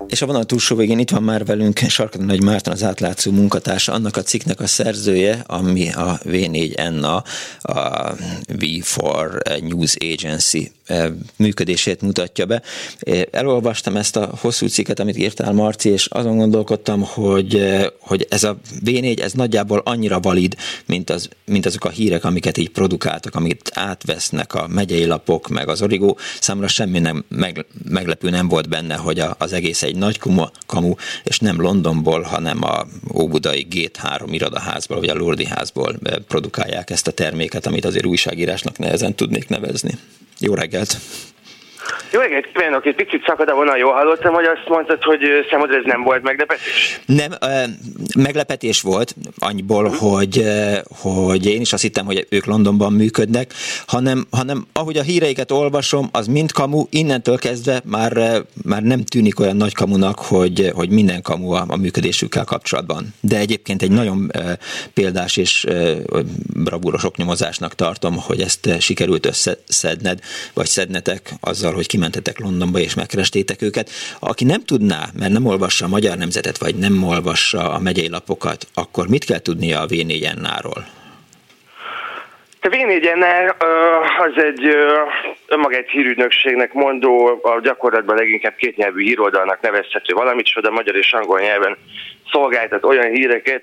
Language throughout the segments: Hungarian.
És a vonal túlsó végén itt van már velünk Sarkadi Nagy Márton, az Átlátszó munkatársa, annak a cikknek a szerzője, ami a V4NA, a V4 News Agency működését mutatja be. Elolvastam ezt a hosszú cikket, amit írtál, Marci, és azon gondolkodtam, hogy ez a V4, ez nagyjából annyira valid, mint azok a hírek, amiket így produkáltak, amit átvesznek a megyei lapok, meg az Origó. Számomra semmi nem meglepő nem volt benne, hogy az egész egy nagy kamu, és nem Londonból, hanem a óbudai Gate 3 irodaházból, vagy a Lordi házból produkálják ezt a terméket, amit azért újságírásnak nehezen tudnék nevezni. Jó reggelt! Jó reggelt kívánok, egy picit szakad a vonal, jól hallottam, hogy azt mondtad, hogy számodra ez nem volt meglepetés? Nem, meglepetés volt annyiból, hogy én is azt hittem, hogy ők Londonban működnek, hanem ahogy a híreiket olvasom, az mind kamu, innentől kezdve már nem tűnik olyan nagy kamunak, hogy minden kamu a működésükkel kapcsolatban. De egyébként egy nagyon példás és bravúros oknyomozásnak tartom, hogy ezt sikerült összeszedned, vagy szednetek azzal, hogy kimentetek Londonba és megkerestétek őket. Aki nem tudná, mert nem olvassa a Magyar Nemzetet, vagy nem olvassa a megyei lapokat, akkor mit kell tudnia a V4NA-ról? A V4NA az egy önmagát hírügynökségnek mondó, a gyakorlatban leginkább kétnyelvű híroldalnak nevezhető valamit, de magyar és angol nyelven szolgáltat olyan híreket,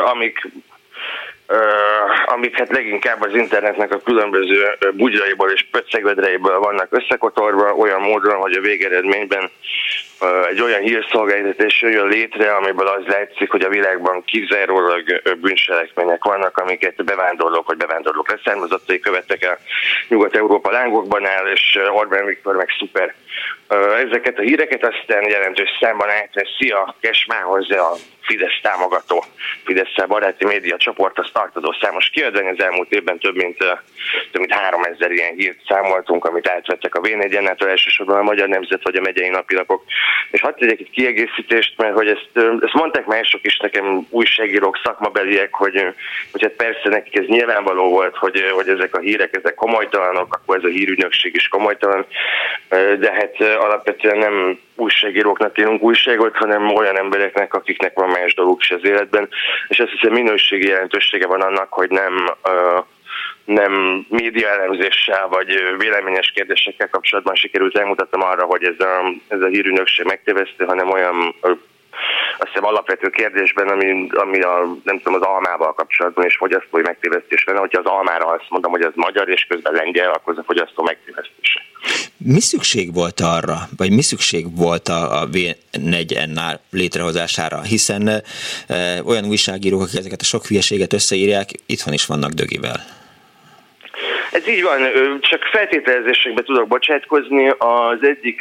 amik hát leginkább az internetnek a különböző bugyraiból és pöccegvedreiből vannak összekotorva, olyan módon, hogy a végeredményben egy olyan hírszolgáltatás jön létre, amiből az látszik, hogy a világban kizárólag bűncselekmények vannak, amiket bevándorlók vagy bevándorlók leszármazottai követtek el Nyugat-Európa lángokban áll, és Orbán Viktor meg szuper. Ezeket a híreket aztán jelentős számban átveszi a Kesmához a Fidesz támogató, Fidesz baráti média csoport, az tartozó számos kiadvány. Az elmúlt évben több mint 3000 ilyen hírt számoltunk, amit átvettek a V4-től, elsősorban a Magyar Nemzet vagy a megyei napilapok. És hadd tegyek egy kiegészítést, mert hogy ezt mondták mások is nekem, újságírók, szakmabeliek, hogy hát persze nekik ez nyilvánvaló volt, hogy ezek a hírek, ezek komolytalanok, akkor ez a hírügynökség is komolytalan, de hát alapvetően nem újságíróknak írunk újságot, hanem olyan embereknek, akiknek van más dolguk is az életben, és azt hiszem minőségi jelentősége van annak, hogy nem média elemzéssel vagy véleményes kérdésekkel kapcsolatban sikerült elmutatnom arra, hogy ez a hírügynökség megtévesztő, hanem olyan azt hiszem alapvető kérdésben, ami nem tudom, az almával kapcsolatban és fogyasztói megtévesztés lenne, hogyha az almára azt mondom, hogy az magyar és közben lengyel, akkor az a fogyasztó megtévesztése. Mi szükség volt arra, vagy mi szükség volt a V4NA létrehozására? Hiszen olyan újságírók, akik ezeket a sok hülyeséget összeírják, itthon is vannak dögivel. Ez így van, csak feltételezésekbe tudok bocsátkozni. Az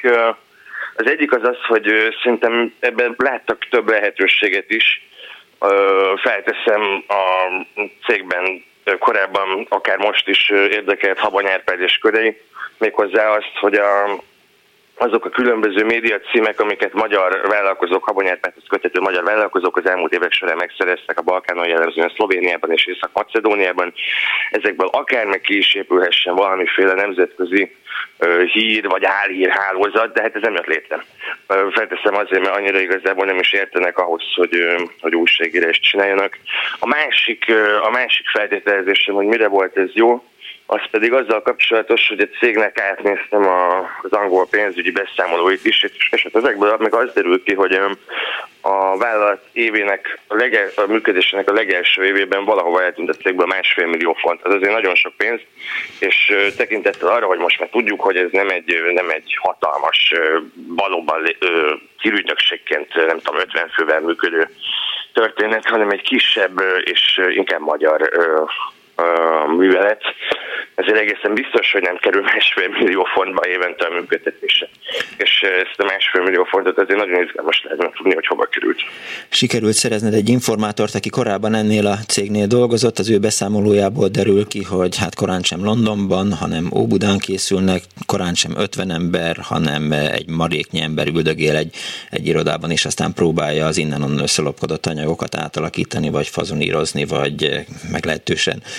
egyik az az, hogy szerintem ebben láttak több lehetőséget is. Felteszem a cégben korábban, akár most is érdekelt Habony Árpád és körei, méghozzá azt, hogy azok a különböző média címek, amiket magyar vállalkozók, Habony Árpádhoz köthető magyar vállalkozók az elmúlt évek során megszereztek a Balkánon, jellemzően Szlovéniában és Észak-Macedóniában, ezekből akár ki is épülhessen valamiféle nemzetközi hír vagy álhírhálózat, de hát ez nem jött létre. Felteszem azért, mert annyira igazából nem is értenek ahhoz, hogy újságírást csináljanak. A másik feltételezésem, hogy mire volt ez jó, az pedig azzal kapcsolatos, hogy a cégnek átnéztem az angol pénzügyi beszámolóit is, és hát ezekből meg az derül ki, hogy a vállalat évének, a működésének a legelső évében valahova eltűnt a cégből 1,5 millió font. Ez azért nagyon sok pénz, és tekintettel arra, hogy most már tudjuk, hogy ez nem egy hatalmas, valóban hírügynökségként, nem tudom, 50 fővel működő történet, hanem egy kisebb és inkább magyar művelet. Ezért egészen biztos, hogy nem kerül 1,5 millió fontba évente a működtetése. És ezt a 1,5 millió fontot azért nagyon izgalmas lehetne tudni, hogy hova került. Sikerült szerezned egy informátort, aki korábban ennél a cégnél dolgozott, az ő beszámolójából derül ki, hogy hát korán sem Londonban, hanem Óbudán készülnek, korán sem 50 ember, hanem egy maréknyi ember üldögél egy irodában, és aztán próbálja az innen-onnan összelopkodott anyagokat átalakítani, vagy fazonírozni, vagy meglehetősen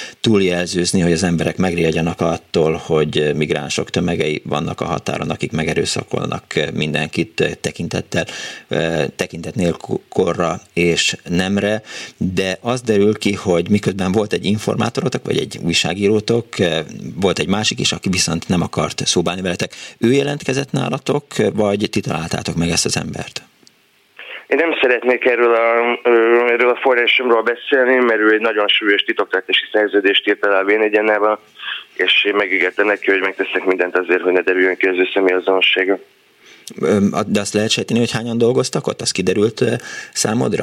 túljelzőzni, hogy az emberek megriadjanak attól, hogy migránsok tömegei vannak a határon, akik megerőszakolnak mindenkit tekintet nélkül korra és nemre, de az derül ki, hogy miközben volt egy informátorotok, vagy egy újságírótok, volt egy másik is, aki viszont nem akart szóba állni veletek. Ő jelentkezett nálatok, vagy ti találtátok meg ezt az embert? Én nem szeretnék erről a forrásomról beszélni, mert ő egy nagyon súlyos titoktartási szerződést írt el a V4-nával, és én megígértem neki, hogy megteszek mindent azért, hogy ne derüljön ki az ő személyazonossága. De azt lehet sejteni, hogy hányan dolgoztak ott? Az kiderült számodra?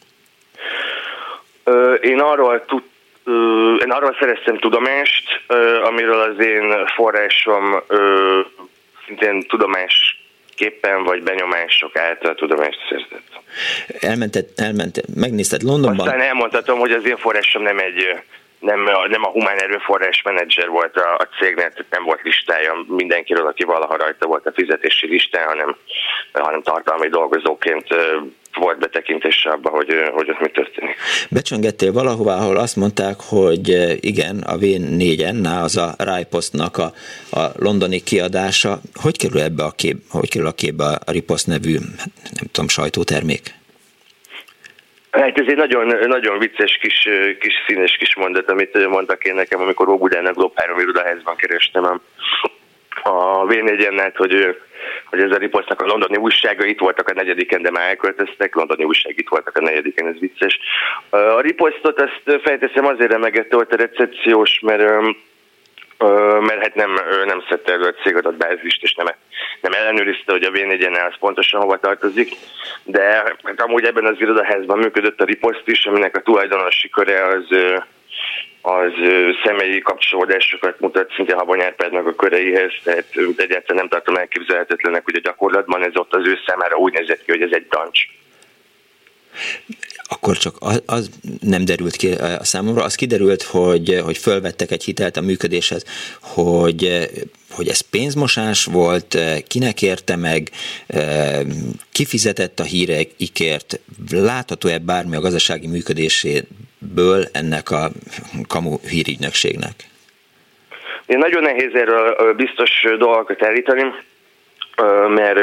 Én arról szereztem tudomást, amiről az én forrásom szintén tudomásképpen vagy benyomások által tudomást szerzett. Megnézted Londonban? Aztán elmondhatom, hogy az én forrásom nem a humán erőforrás menedzser volt a cégnek, nem volt listája mindenkiről, aki valaha rajta volt a fizetési listán, hanem tartalmi dolgozóként volt betekintése abba, hogy ott mi történik. Becsöngettél valahová, ahol azt mondták, hogy igen, a V4N, az a Riposte-nak a londoni kiadása. Hogy kerül ebbe a képbe a Riposte nevű, nem tudom, sajtótermék? Hát ez egy nagyon, nagyon vicces kis színes kis mondat, amit mondtak én nekem, amikor Óbudán a Globe 3 irodaházban kerestem a V4-en, hogy ez a Riposte-nak a londoni újsága, itt voltak a 4-en, de már elköltöztek, londoni újság itt voltak a 4-en, ez vicces. A Riposte-ot azt felteszem azért emegette volt a recepciós, mert hát nem szedte elő a cégadatbázist, és nem ellenőrizte, hogy a V4-en az pontosan hova tartozik, de hát amúgy ebben az irodaházban működött a Riposte is, aminek a tulajdonosi köre az személyi kapcsolódásokat mutat szinte Habony Árpádnak a köreihez, tehát egyáltalán nem tartom elképzelhetetlenek, hogy a gyakorlatban ez ott az ő számára úgy nézett ki, hogy ez egy brancs. Akkor csak az nem derült ki a számomra, az kiderült, hogy fölvettek egy hitelt a működéshez, hogy ez pénzmosás volt, kinek érte meg, kifizetett a híreikért, látható-e bármi a gazdasági működéséből ennek a kamu hírügynökségnek? Én nagyon nehéz erről biztos dolgokat állítani, mert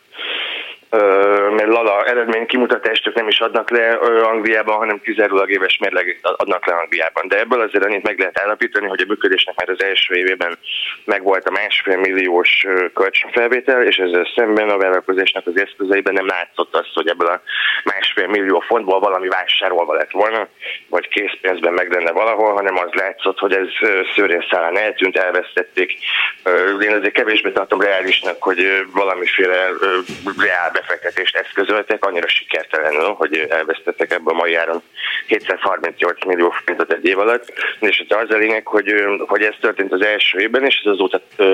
Lala eredménykimutatást nem is adnak le Angliában, hanem kizárólag éves mérleget adnak le Angliában. De ebből azért annyit meg lehet állapítani, hogy a működésnek már az első évében megvolt a 1,5 milliós kölcsönfelvétel, és ezzel szemben a vállalkozásnak az eszközeiben nem látszott azt, hogy ebből a 1,5 millió fontból valami vásárolva lett volna, vagy készpénzben meg lenne valahol, hanem az látszott, hogy ez szőrén-szálán eltűnt, elvesztették. Én azért kevésbé tartom reálisnak, hogy valamiféle reál befektetést eszközöltek, annyira sikertelenül, hogy elvesztettek ebből a mai áron 738 millió forintot egy év alatt. És az a lényeg, hogy ez történt az első évben, és ez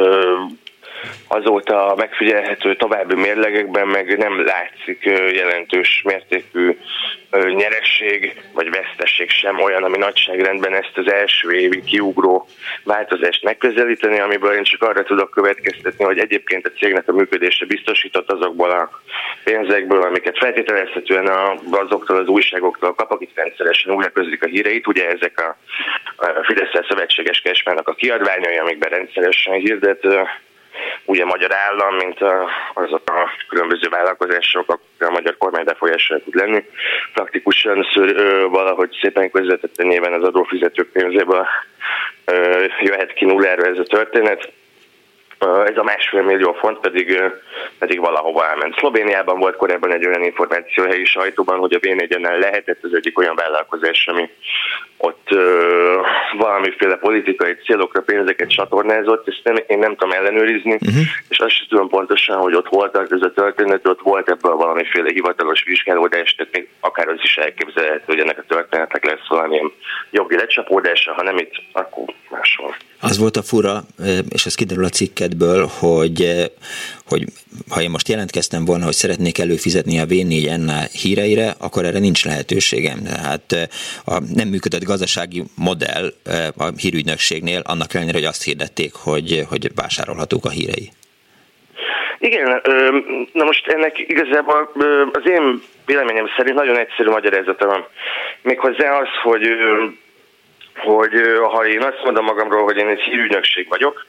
azóta megfigyelhető további mérlegekben meg nem látszik jelentős mértékű nyeresség vagy vesztesség sem olyan, ami nagyságrendben ezt az első évi kiugró változást megközelíteni, amiből én csak arra tudok következtetni, hogy egyébként a cégnek a működése biztosított azokból a pénzekből, amiket feltételezhetően azoktól az újságoktól kap, akik rendszeresen újra közlik a híreit. Ugye ezek a Fidesz-szel szövetséges Kesmának a kiadványai, amikben rendszeresen hirdet ugye magyar állam, mint azok a különböző vállalkozások, akikkel a magyar kormány befolyással tud lenni. Praktikusan valahogy szépen közvetetten nyilván az adófizetők pénzéből jöhet ki nullára ez a történet. Ez a 1,5 millió font pedig valahova elment. Szlovéniában volt korábban egy olyan információ a helyi sajtóban, hogy a V4-en lehetett az egyik olyan vállalkozás, ami ott valamiféle politikai célokra pénzeket csatornázott, ezt én nem tudom ellenőrizni, és azt sem tudom pontosan, hogy ott hol tart ez a történet, ott volt ebből valamiféle hivatalos vizsgálódás, tehát még akár az is elképzelhető, hogy ennek a történetnek lesz valamilyen jogi lecsapódása, ha nem itt, akkor máshol. Az volt a fura, és ez kiderül a cikkedből, hogy ha én most jelentkeztem volna, hogy szeretnék előfizetni a V4N híreire, akkor erre nincs lehetőségem. Tehát nem működött gazdasági modell a hírügynökségnél, annak ellenére, hogy azt hirdették, hogy vásárolhatók a hírei. Igen, na most ennek igazából az én véleményem szerint nagyon egyszerű magyarázata van. Méghozzá az, hogy hogy ha én azt mondom magamról, hogy én egy hírügynökség vagyok,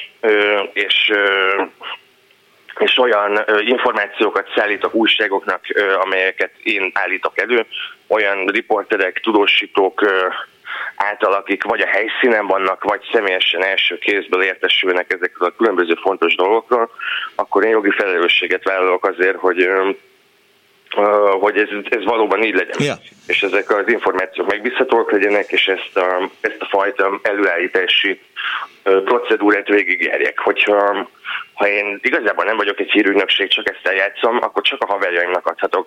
és olyan információkat szállítok újságoknak, amelyeket én állítok elő, olyan riporterek, tudósítók által, akik vagy a helyszínen vannak, vagy személyesen első kézből értesülnek ezekről a különböző fontos dolgokról, akkor én jogi felelősséget vállalok azért, hogy ez valóban így legyen. Yeah. És ezek az információk megbízhatóak legyenek, és ezt a fajta előállítási procedúrát végigjárják. Ha én igazából nem vagyok egy hírügynökség, csak ezt eljátszom, akkor csak a haverjaimnak adhatok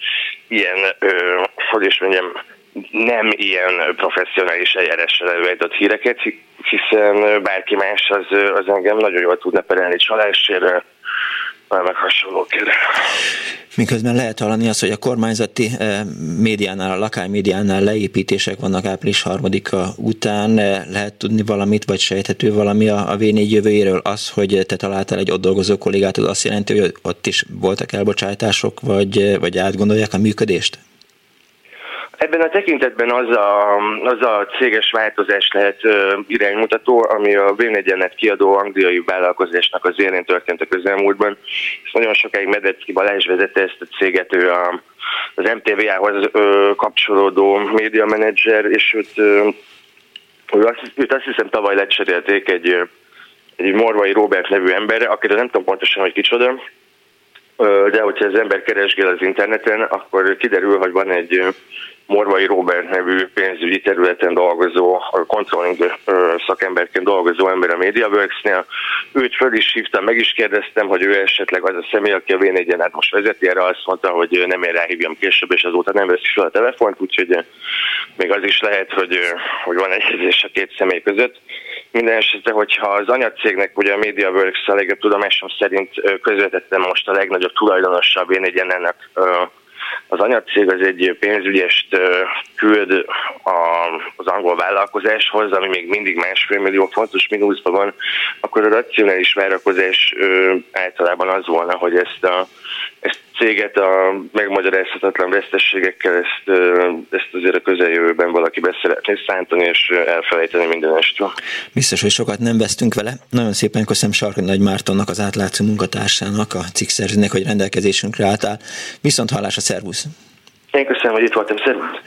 nem ilyen professzionális eljárással előállított híreket, hiszen bárki más az engem nagyon jól tudna perelni csalássérrel, meg hasonlókére. Miközben lehet hallani azt, hogy a kormányzati médiánál, a lakálmédiánál leépítések vannak április 3-a után. Lehet tudni valamit, vagy sejthető valami a V4 jövőjéről? Az, hogy te találtál egy ott dolgozó kollégát, az azt jelenti, hogy ott is voltak elbocsátások, vagy átgondolják a működést? Ebben a tekintetben az a céges változás lehet iránymutató, ami a V4-et kiadó angliai vállalkozásnak az élén történt a közelmúltban. És nagyon sokáig Medecki Balázs vezette ezt a céget, ő az MTV-hoz kapcsolódó médiamenedzser, és őt azt hiszem tavaly lecserélték egy Morvai Róbert nevű emberre, akire nem tudom pontosan, hogy kicsoda, de hogyha az ember keresgél az interneten, akkor kiderül, hogy van egy Morvai Róbert nevű pénzügyi területen dolgozó, controlling szakemberként dolgozó ember a MediaWorks-nél. Őt föl is hívtam, meg is kérdeztem, hogy ő esetleg az a személy, aki a V4-en most vezeti, erre azt mondta, hogy nem ér ráhívjam később, és azóta nem veszi fel a telefont, úgyhogy még az is lehet, hogy van egyezés a két személy között. Minden esetre, hogyha az anyacégnek, ugye a MediaWorks a legjobb tudomásom szerint közvetettem most a legnagyobb tulajdonossa a V4-ennek, az anyacég az egy pénzügyest küld az angol vállalkozáshoz, ami még mindig 1,5 millió fontos mínuszban van, akkor a racionális várakozás általában az volna, hogy ezt céget a megmagyarázhatatlan veszteségekkel ezt azért a közeljövőben valaki be szeretné szántani és elfelejteni mindenestől. Biztos, hogy sokat nem vesztünk vele. Nagyon szépen köszönöm Sarkadi Nagy Mártonnak, az átlátszó munkatársának, a cikkszerzőnek, hogy rendelkezésünkre álltál. Viszont hallásra, szervusz! Én köszönöm, hogy itt voltam, szervusz!